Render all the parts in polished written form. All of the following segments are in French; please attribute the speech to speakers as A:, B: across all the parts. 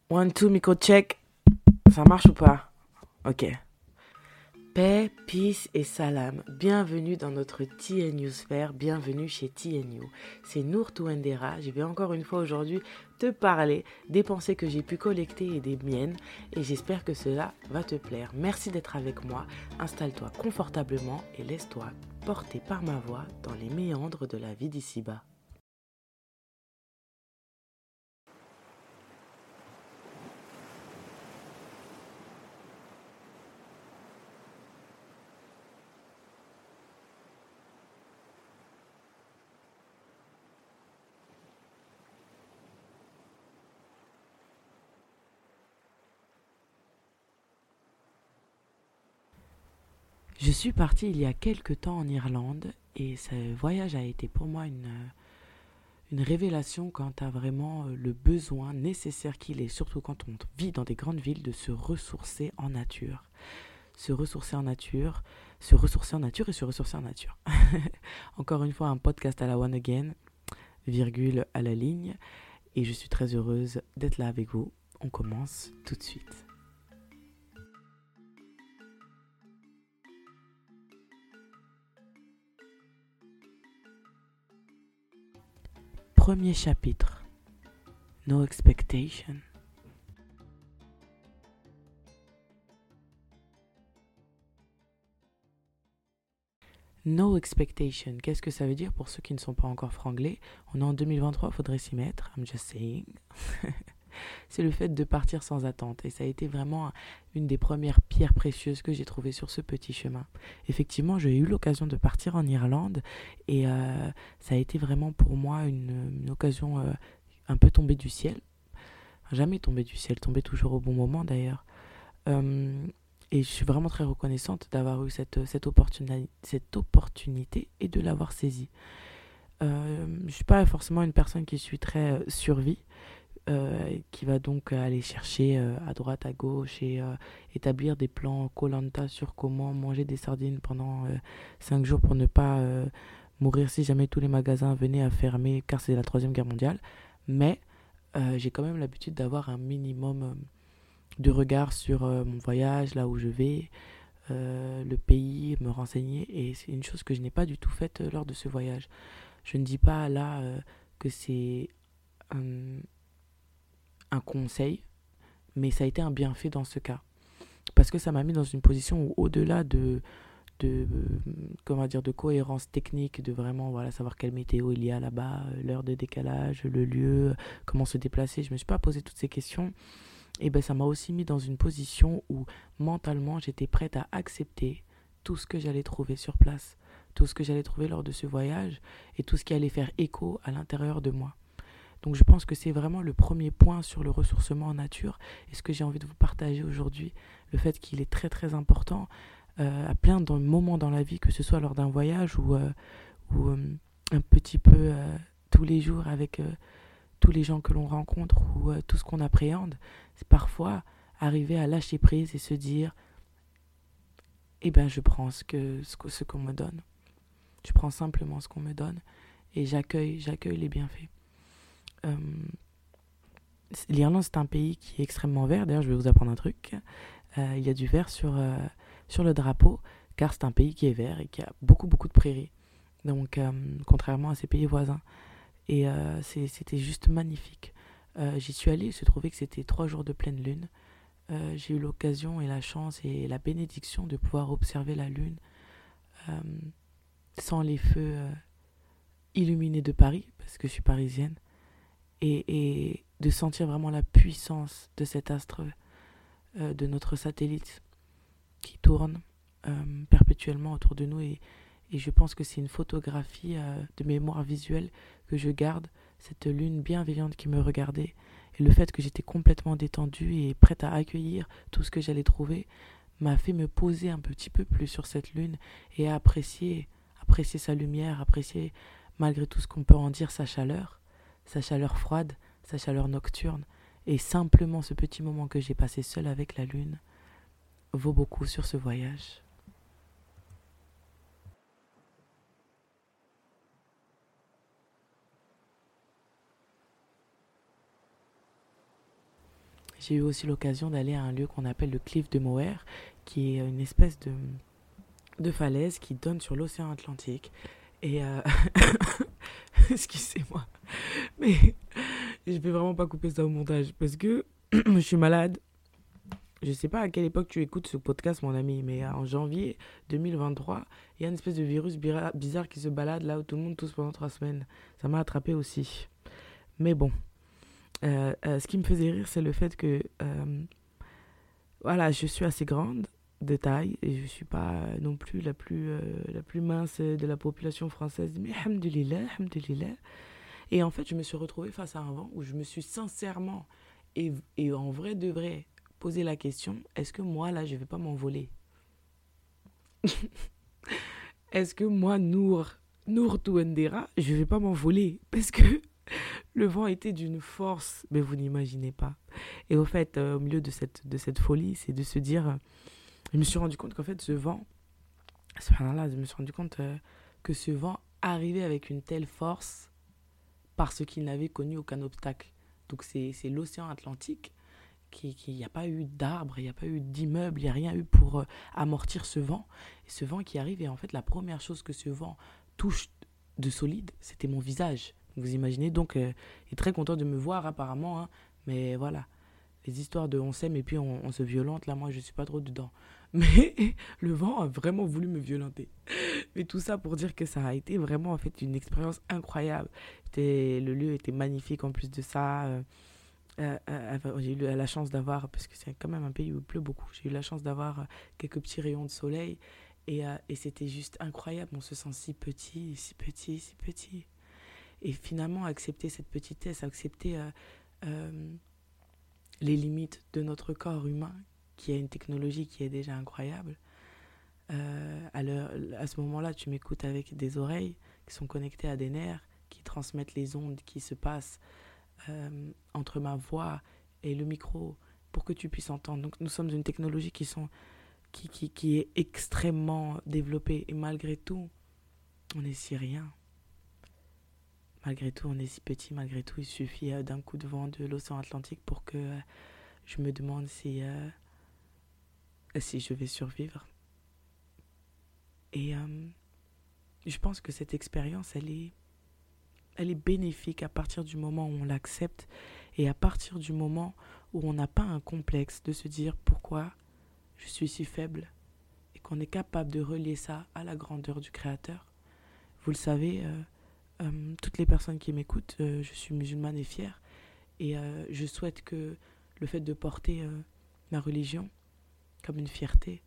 A: One, two, micro check. Ça marche ou pas? Ok. Paix, peace et salam. Bienvenue dans notre TNUsphère, bienvenue chez TNU. C'est Nour Touendera. Je vais encore une fois aujourd'hui te parler des pensées que j'ai pu collecter et des miennes. Et j'espère que cela va te plaire. Merci d'être avec moi. Installe-toi confortablement et laisse-toi porter par ma voix dans les méandres de la vie d'ici-bas. Je suis partie il y a quelques temps en Irlande et ce voyage a été pour moi une révélation quant à vraiment le besoin nécessaire qu'il est, surtout quand on vit dans des grandes villes, de se ressourcer en nature. Se ressourcer en nature, se ressourcer en nature et se ressourcer en nature. Encore une fois, un podcast à la one again, virgule à la ligne. Et je suis très heureuse d'être là avec vous. On commence tout de suite. Premier chapitre. No expectation. No expectation. Qu'est-ce que ça veut dire pour ceux qui ne sont pas encore franglais? On est en 2023, faudrait s'y mettre. I'm just saying. C'est le fait de partir sans attente. Et ça a été vraiment une des premières pierres précieuses que j'ai trouvées sur ce petit chemin. Effectivement, j'ai eu l'occasion de partir en Irlande et ça a été vraiment pour moi une occasion un peu tombée du ciel. Jamais tombée du ciel, tombée toujours au bon moment d'ailleurs. Et je suis vraiment très reconnaissante d'avoir eu cette opportunité et de l'avoir saisie. Je ne suis pas forcément une personne qui suit très survie, qui va donc aller chercher à droite, à gauche et établir des plans Koh-Lanta sur comment manger des sardines pendant 5 jours pour ne pas mourir si jamais tous les magasins venaient à fermer car c'est la Troisième Guerre mondiale. Mais j'ai quand même l'habitude d'avoir un minimum de regard sur mon voyage, là où je vais, le pays, me renseigner. Et c'est une chose que je n'ai pas du tout faite lors de ce voyage. Je ne dis pas là que c'est un conseil, mais ça a été un bienfait dans ce cas. Parce que ça m'a mis dans une position où au-delà de comment dire, de cohérence technique, de vraiment voilà, savoir quelle météo il y a là-bas, l'heure de décalage, le lieu, comment se déplacer, je ne me suis pas posé toutes ces questions. Et ben ça m'a aussi mis dans une position où mentalement j'étais prête à accepter tout ce que j'allais trouver sur place, tout ce que j'allais trouver lors de ce voyage et tout ce qui allait faire écho à l'intérieur de moi. Donc je pense que c'est vraiment le premier point sur le ressourcement en nature et ce que j'ai envie de vous partager aujourd'hui, le fait qu'il est très très important à plein de moments dans la vie, que ce soit lors d'un voyage ou un petit peu tous les jours avec tous les gens que l'on rencontre ou tout ce qu'on appréhende, c'est parfois arriver à lâcher prise et se dire eh ben je prends ce qu'on me donne. Je prends simplement ce qu'on me donne et j'accueille les bienfaits. L'Irlande, c'est un pays qui est extrêmement vert. D'ailleurs, je vais vous apprendre un truc. Il y a du vert sur le drapeau, car c'est un pays qui est vert et qui a beaucoup, beaucoup de prairies. Donc, contrairement à ses pays voisins. Et c'était juste magnifique. J'y suis allée, il se trouvait que c'était 3 jours de pleine lune. J'ai eu l'occasion et la chance et la bénédiction de pouvoir observer la lune sans les feux illuminés de Paris, parce que je suis parisienne. Et de sentir vraiment la puissance de cet astre, de notre satellite qui tourne perpétuellement autour de nous. Et je pense que c'est une photographie de mémoire visuelle que je garde, cette lune bienveillante qui me regardait. Et le fait que j'étais complètement détendue et prête à accueillir tout ce que j'allais trouver m'a fait me poser un petit peu plus sur cette lune et à apprécier sa lumière, apprécier malgré tout ce qu'on peut en dire sa chaleur froide, sa chaleur nocturne, et simplement ce petit moment que j'ai passé seul avec la lune vaut beaucoup sur ce voyage. J'ai eu aussi l'occasion d'aller à un lieu qu'on appelle le Cliff de Moher, qui est une espèce de falaise qui donne sur l'océan Atlantique. Et excusez-moi, mais je vais vraiment pas couper ça au montage parce que je suis malade. Je sais pas à quelle époque tu écoutes ce podcast, mon ami, mais en janvier 2023, il y a une espèce de virus bizarre qui se balade là où tout le monde tousse pendant 3 semaines. Ça m'a attrapé aussi. Mais bon, ce qui me faisait rire, c'est le fait que, voilà, je suis assez grande de taille et je suis pas non plus la plus mince de la population française. Mais alhamdoulilah, alhamdoulilah. Et en fait, je me suis retrouvée face à un vent où je me suis sincèrement et en vrai de vrai posé la question, est-ce que moi, là, je vais pas m'envoler? Est-ce que moi, Nour Touendera, je vais pas m'envoler? Parce que le vent était d'une force, mais vous n'imaginez pas. Et au fait, au milieu de cette folie, c'est de se dire, je me suis rendu compte qu'en fait, ce vent, subhanallah, je me suis rendu compte que ce vent arrivait avec une telle force parce qu'il n'avait connu aucun obstacle. Donc c'est l'océan Atlantique qui n'y a pas eu d'arbres, il n'y a pas eu d'immeubles, il n'y a rien eu pour amortir ce vent. Et ce vent qui arrive, et en fait la première chose que ce vent touche de solide, c'était mon visage. Vous imaginez, donc il est très content de me voir apparemment, hein, mais voilà, les histoires de on s'aime et puis on se violente, là moi je suis pas trop dedans. Mais le vent a vraiment voulu me violenter. Mais tout ça pour dire que ça a été vraiment en fait une expérience incroyable. Le lieu était magnifique en plus de ça. J'ai eu la chance d'avoir, parce que c'est quand même un pays où il pleut beaucoup, j'ai eu la chance d'avoir quelques petits rayons de soleil. Et c'était juste incroyable. On se sent si petit, si petit, si petit. Et finalement, accepter cette petitesse, accepter les limites de notre corps humain, qui a une technologie qui est déjà incroyable. À ce moment-là, tu m'écoutes avec des oreilles qui sont connectées à des nerfs, qui transmettent les ondes qui se passent entre ma voix et le micro pour que tu puisses entendre. Donc nous sommes une technologie qui est extrêmement développée et malgré tout, on est si rien. Malgré tout, on est si petit. Malgré tout, il suffit d'un coup de vent de l'océan Atlantique pour que je me demande si je vais survivre. Et je pense que cette expérience, elle est bénéfique à partir du moment où on l'accepte et à partir du moment où on n'a pas un complexe de se dire pourquoi je suis si faible et qu'on est capable de relier ça à la grandeur du Créateur. Vous le savez, toutes les personnes qui m'écoutent, je suis musulmane et fière et je souhaite que le fait de porter ma religion comme une fierté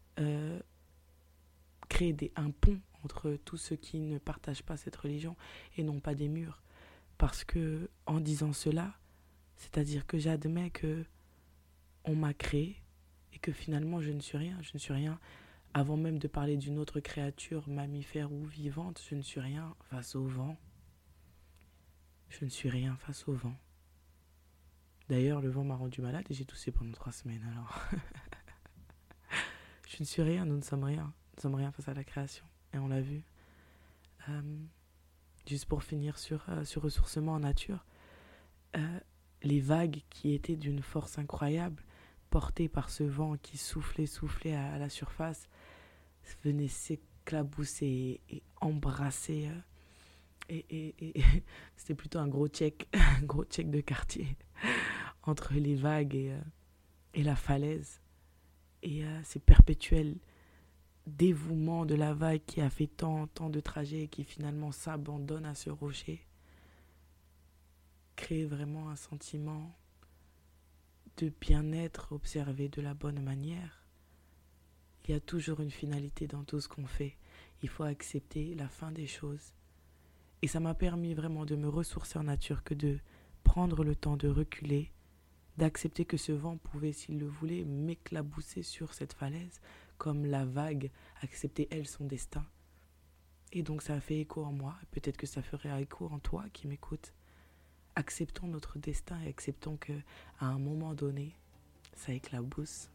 A: crée un pont entre tous ceux qui ne partagent pas cette religion et non pas des murs. Parce que en disant cela, c'est-à-dire que j'admets que on m'a créé et que finalement je ne suis rien. Je ne suis rien. Avant même de parler d'une autre créature, mammifère ou vivante, je ne suis rien face au vent. Je ne suis rien face au vent. D'ailleurs, le vent m'a rendu malade et j'ai toussé pendant 3 semaines. Alors, je ne suis rien, nous ne sommes rien. Nous ne sommes rien face à la création. Et on l'a vu. Juste pour finir sur ressourcement en nature, les vagues qui étaient d'une force incroyable, portées par ce vent qui soufflait à la surface, venaient s'éclabousser et embrasser. Et c'était plutôt un gros check de quartier entre les vagues et la falaise. Et c'est perpétuel dévouement de la vague qui a fait tant de trajets et qui finalement s'abandonne à ce rocher crée vraiment un sentiment de bien-être observé de la bonne manière. Il y a toujours une finalité dans tout ce qu'on fait. Il faut accepter la fin des choses. Et ça m'a permis vraiment de me ressourcer en nature, que de prendre le temps de reculer, d'accepter que ce vent pouvait, s'il le voulait, m'éclabousser sur cette falaise, comme la vague acceptait, elle, son destin. Et donc ça a fait écho en moi, peut-être que ça ferait écho en toi qui m'écoute. Acceptons notre destin et acceptons qu'à un moment donné, ça éclabousse.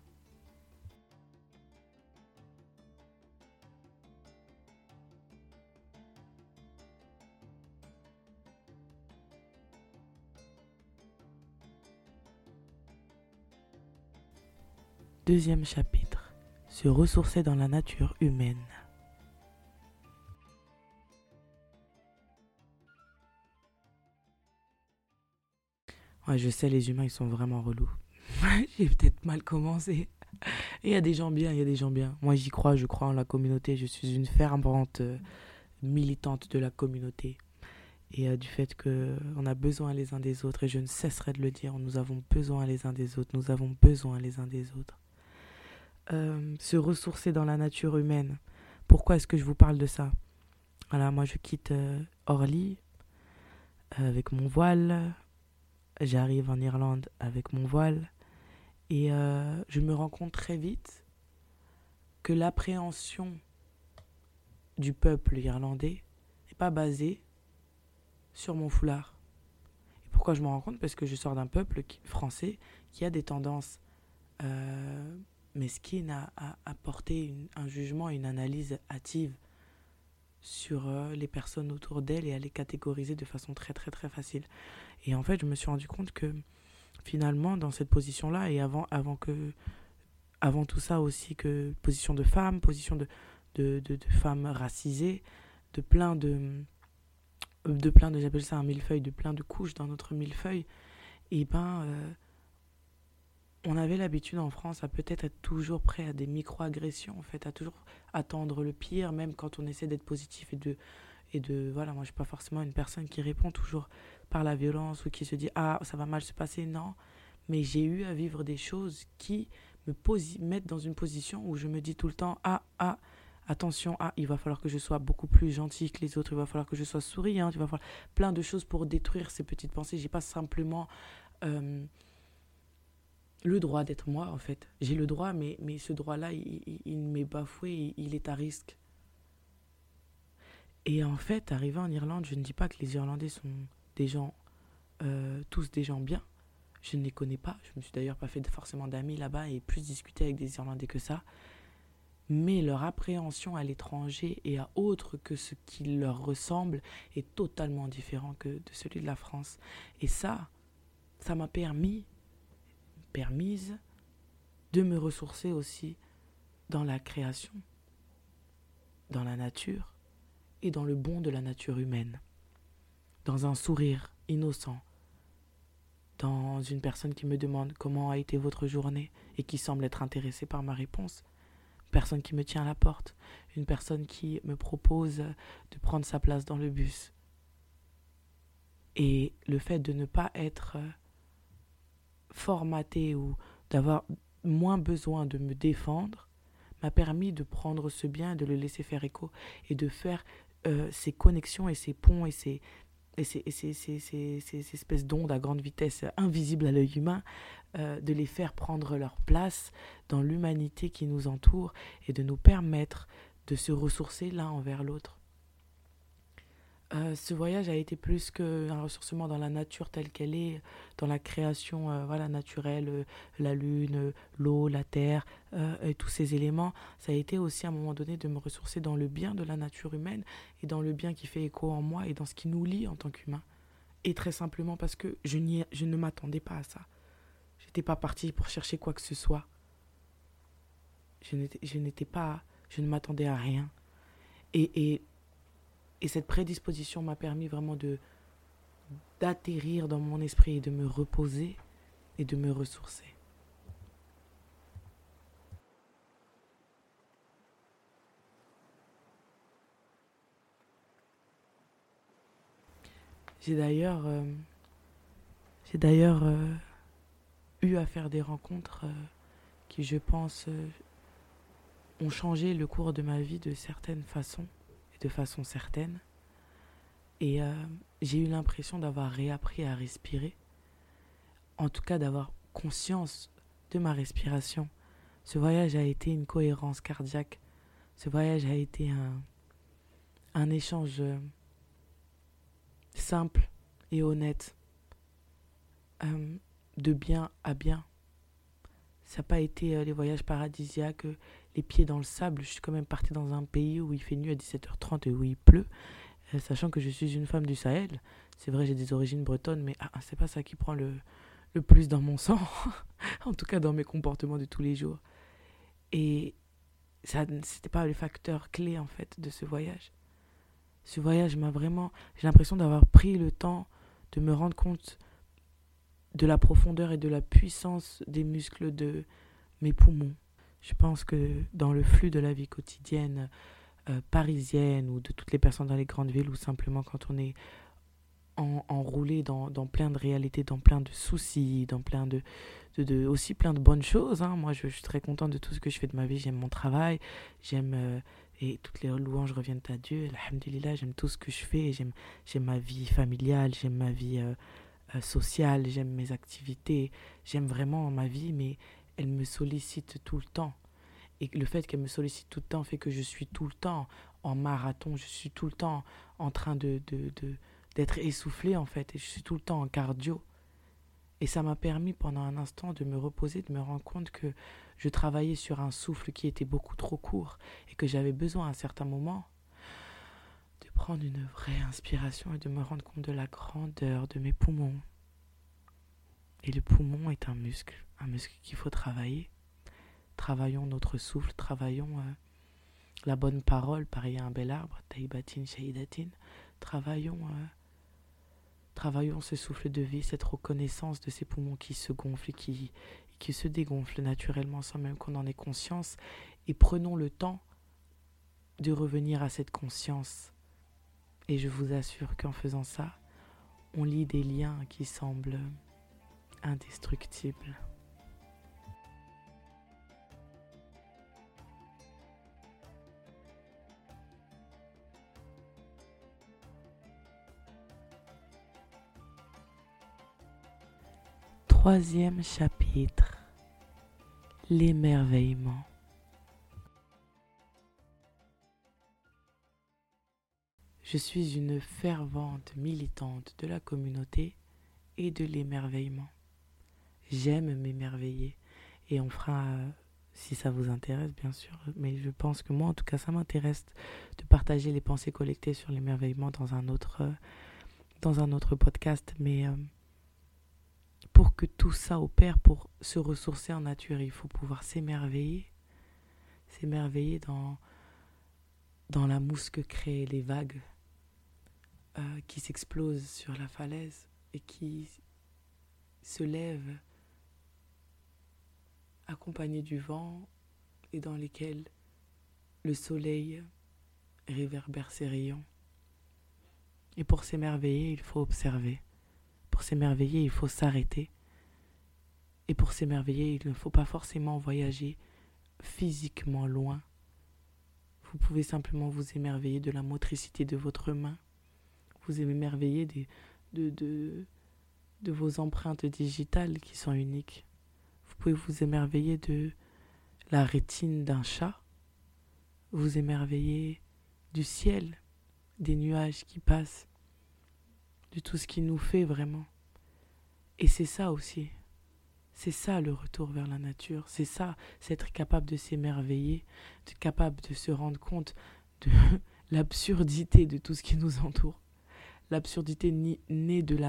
A: Deuxième chapitre. Se ressourcer dans la nature humaine. Ouais, je sais, les humains, ils sont vraiment relous. J'ai peut-être mal commencé. Et il y a des gens bien, il y a des gens bien. Moi, j'y crois, je crois en la communauté. Je suis une fervente militante de la communauté. Et du fait qu'on a besoin les uns des autres. Et je ne cesserai de le dire, nous avons besoin les uns des autres. Nous avons besoin les uns des autres. Se ressourcer dans la nature humaine. Pourquoi est-ce que je vous parle de ça? Voilà, moi, je quitte Orly avec mon voile. J'arrive en Irlande avec mon voile. Et je me rends compte très vite que l'appréhension du peuple irlandais n'est pas basée sur mon foulard. Et pourquoi je m'en rends compte? Parce que je sors d'un peuple français qui a des tendances mesquines à porter un jugement, une analyse hâtive sur les personnes autour d'elle et à les catégoriser de façon très très très facile. Et en fait, je me suis rendu compte que finalement, dans cette position-là, et avant tout ça aussi, que position de femme, position de femme racisée, de plein de, j'appelle ça un millefeuille, de plein de couches dans notre millefeuille, et on avait l'habitude en France à peut-être être toujours prêt à des micro-agressions, en fait, à toujours attendre le pire, même quand on essaie d'être positif voilà, moi je suis pas forcément une personne qui répond toujours par la violence ou qui se dit ah ça va mal se passer, non, mais j'ai eu à vivre des choses qui me mettent dans une position où je me dis tout le temps attention, il va falloir que je sois beaucoup plus gentil que les autres, il va falloir que je sois souriante, il va falloir plein de choses pour détruire ces petites pensées. J'ai pas simplement le droit d'être moi, en fait. J'ai le droit, mais ce droit-là, il m'est bafoué, il est à risque. Et en fait, arrivé en Irlande, je ne dis pas que les Irlandais sont des gens, tous des gens bien. Je ne les connais pas. Je me suis d'ailleurs pas fait forcément d'amis là-bas et plus discuté avec des Irlandais que ça. Mais leur appréhension à l'étranger et à autre que ce qui leur ressemble est totalement différent que de celui de la France. Et ça m'a permise de me ressourcer aussi dans la création, dans la nature et dans le bon de la nature humaine. Dans un sourire innocent, dans une personne qui me demande comment a été votre journée et qui semble être intéressée par ma réponse. Une personne qui me tient à la porte, une personne qui me propose de prendre sa place dans le bus. Et le fait de ne pas être formaté ou d'avoir moins besoin de me défendre m'a permis de prendre ce bien, de le laisser faire écho et de faire ces connexions et ces ponts et ces espèces d'ondes à grande vitesse invisibles à l'œil humain, de les faire prendre leur place dans l'humanité qui nous entoure et de nous permettre de se ressourcer l'un envers l'autre. Ce voyage a été plus qu'un ressourcement dans la nature telle qu'elle est, dans la création naturelle, la lune, l'eau, la terre, et tous ces éléments. Ça a été aussi à un moment donné de me ressourcer dans le bien de la nature humaine et dans le bien qui fait écho en moi et dans ce qui nous lie en tant qu'humains. Et très simplement parce que je ne m'attendais pas à ça. Je n'étais pas partie pour chercher quoi que ce soit. Je ne m'attendais à rien. Et cette prédisposition m'a permis vraiment d'atterrir dans mon esprit et de me reposer et de me ressourcer. J'ai d'ailleurs eu à faire des rencontres qui, je pense, ont changé le cours de ma vie de certaines façons. De façon certaine. Et j'ai eu l'impression d'avoir réappris à respirer. En tout cas, d'avoir conscience de ma respiration. Ce voyage a été une cohérence cardiaque. Ce voyage a été un échange simple et honnête. De bien à bien. Ça n'a pas été les voyages paradisiaques, les pieds dans le sable. Je suis quand même partie dans un pays où il fait nuit à 17h30 et où il pleut, sachant que je suis une femme du Sahel. C'est vrai, j'ai des origines bretonnes, mais c'est pas ça qui prend le plus dans mon sang, en tout cas dans mes comportements de tous les jours. Et ça, c'était pas le facteur clé, en fait, de ce voyage. Ce voyage m'a vraiment... J'ai l'impression d'avoir pris le temps de me rendre compte de la profondeur et de la puissance des muscles de mes poumons. Je pense que dans le flux de la vie quotidienne parisienne ou de toutes les personnes dans les grandes villes ou simplement quand on est enroulé dans plein de réalités, dans plein de soucis, dans plein aussi plein de bonnes choses. Hein. Moi, je suis très contente de tout ce que je fais de ma vie. J'aime mon travail, j'aime... et toutes les louanges reviennent à Dieu. Alhamdulillah, j'aime tout ce que je fais. J'aime ma vie familiale, j'aime ma vie sociale, j'aime mes activités. J'aime vraiment ma vie, mais elle me sollicite tout le temps. Et le fait qu'elle me sollicite tout le temps fait que je suis tout le temps en marathon. Je suis tout le temps en train d'être essoufflé, en fait. Et je suis tout le temps en cardio. Et ça m'a permis pendant un instant de me reposer, de me rendre compte que je travaillais sur un souffle qui était beaucoup trop court et que j'avais besoin à un certain moment de prendre une vraie inspiration et de me rendre compte de la grandeur de mes poumons. Et le poumon est un muscle qu'il faut travailler. Travaillons notre souffle, travaillons la bonne parole, pareil à un bel arbre, taïbatin, shahidatin. Travaillons ce souffle de vie, cette reconnaissance de ces poumons qui se gonflent et qui se dégonflent naturellement sans même qu'on en ait conscience. Et prenons le temps de revenir à cette conscience. Et je vous assure qu'en faisant ça, on lie des liens qui semblent indestructibles. Troisième chapitre, l'émerveillement. Je suis une fervente militante de la communauté et de l'émerveillement. J'aime m'émerveiller et on fera, si ça vous intéresse bien sûr, mais je pense que moi en tout cas ça m'intéresse de partager les pensées collectées sur l'émerveillement dans un autre podcast, mais pour que tout ça opère, pour se ressourcer en nature, il faut pouvoir s'émerveiller dans la mousse que créent les vagues qui s'explosent sur la falaise et qui se lèvent accompagnées du vent et dans lesquelles le soleil réverbère ses rayons. Et pour s'émerveiller, il faut observer. Pour s'émerveiller, il faut s'arrêter. Et pour s'émerveiller, il ne faut pas forcément voyager physiquement loin. Vous pouvez simplement vous émerveiller de la motricité de votre main. Vous émerveiller de vos empreintes digitales qui sont uniques. Vous pouvez vous émerveiller de la rétine d'un chat. Vous émerveiller du ciel, des nuages qui passent, de tout ce qui nous fait vraiment. Et c'est ça aussi. C'est ça le retour vers la nature. C'est ça, c'est être capable de s'émerveiller, être capable de se rendre compte de l'absurdité de tout ce qui nous entoure. L'absurdité née de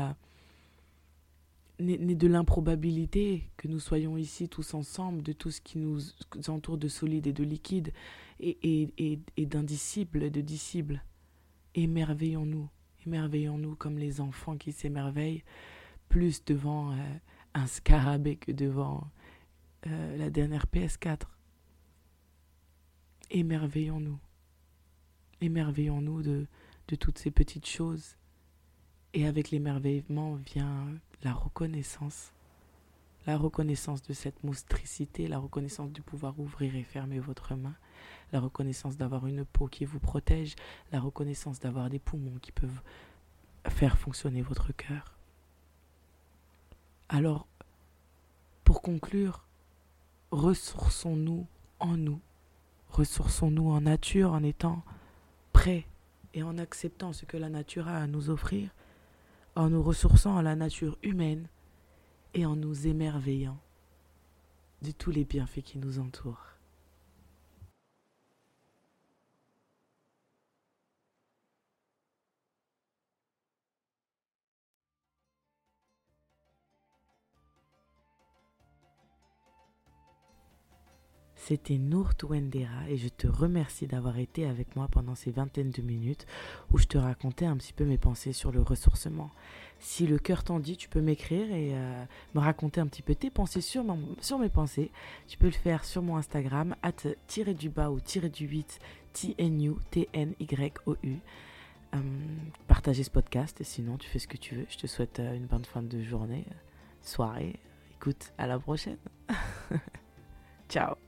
A: l'improbabilité que nous soyons ici tous ensemble, de tout ce qui nous entoure de solide et de liquide et d'indicible, de dissible. Émerveillons-nous comme les enfants qui s'émerveillent plus devant un scarabée que devant la dernière PS4. Émerveillons-nous de toutes ces petites choses. Et avec l'émerveillement vient la reconnaissance de cette motricité, la reconnaissance de pouvoir ouvrir et fermer votre main, la reconnaissance d'avoir une peau qui vous protège, la reconnaissance d'avoir des poumons qui peuvent faire fonctionner votre cœur. Alors, pour conclure, ressourçons-nous en nous, ressourçons-nous en nature en étant prêts et en acceptant ce que la nature a à nous offrir, en nous ressourçant à la nature humaine et en nous émerveillant de tous les bienfaits qui nous entourent. C'était Nour Touendera et je te remercie d'avoir été avec moi pendant ces vingtaines de minutes où je te racontais un petit peu mes pensées sur le ressourcement. Si le cœur t'en dit, tu peux m'écrire et me raconter un petit peu tes pensées sur mes pensées. Tu peux le faire sur mon Instagram, @_du-bas ou -8 TNYOU. Partager ce podcast et sinon tu fais ce que tu veux. Je te souhaite une bonne fin de journée, soirée. Écoute, à la prochaine. Ciao.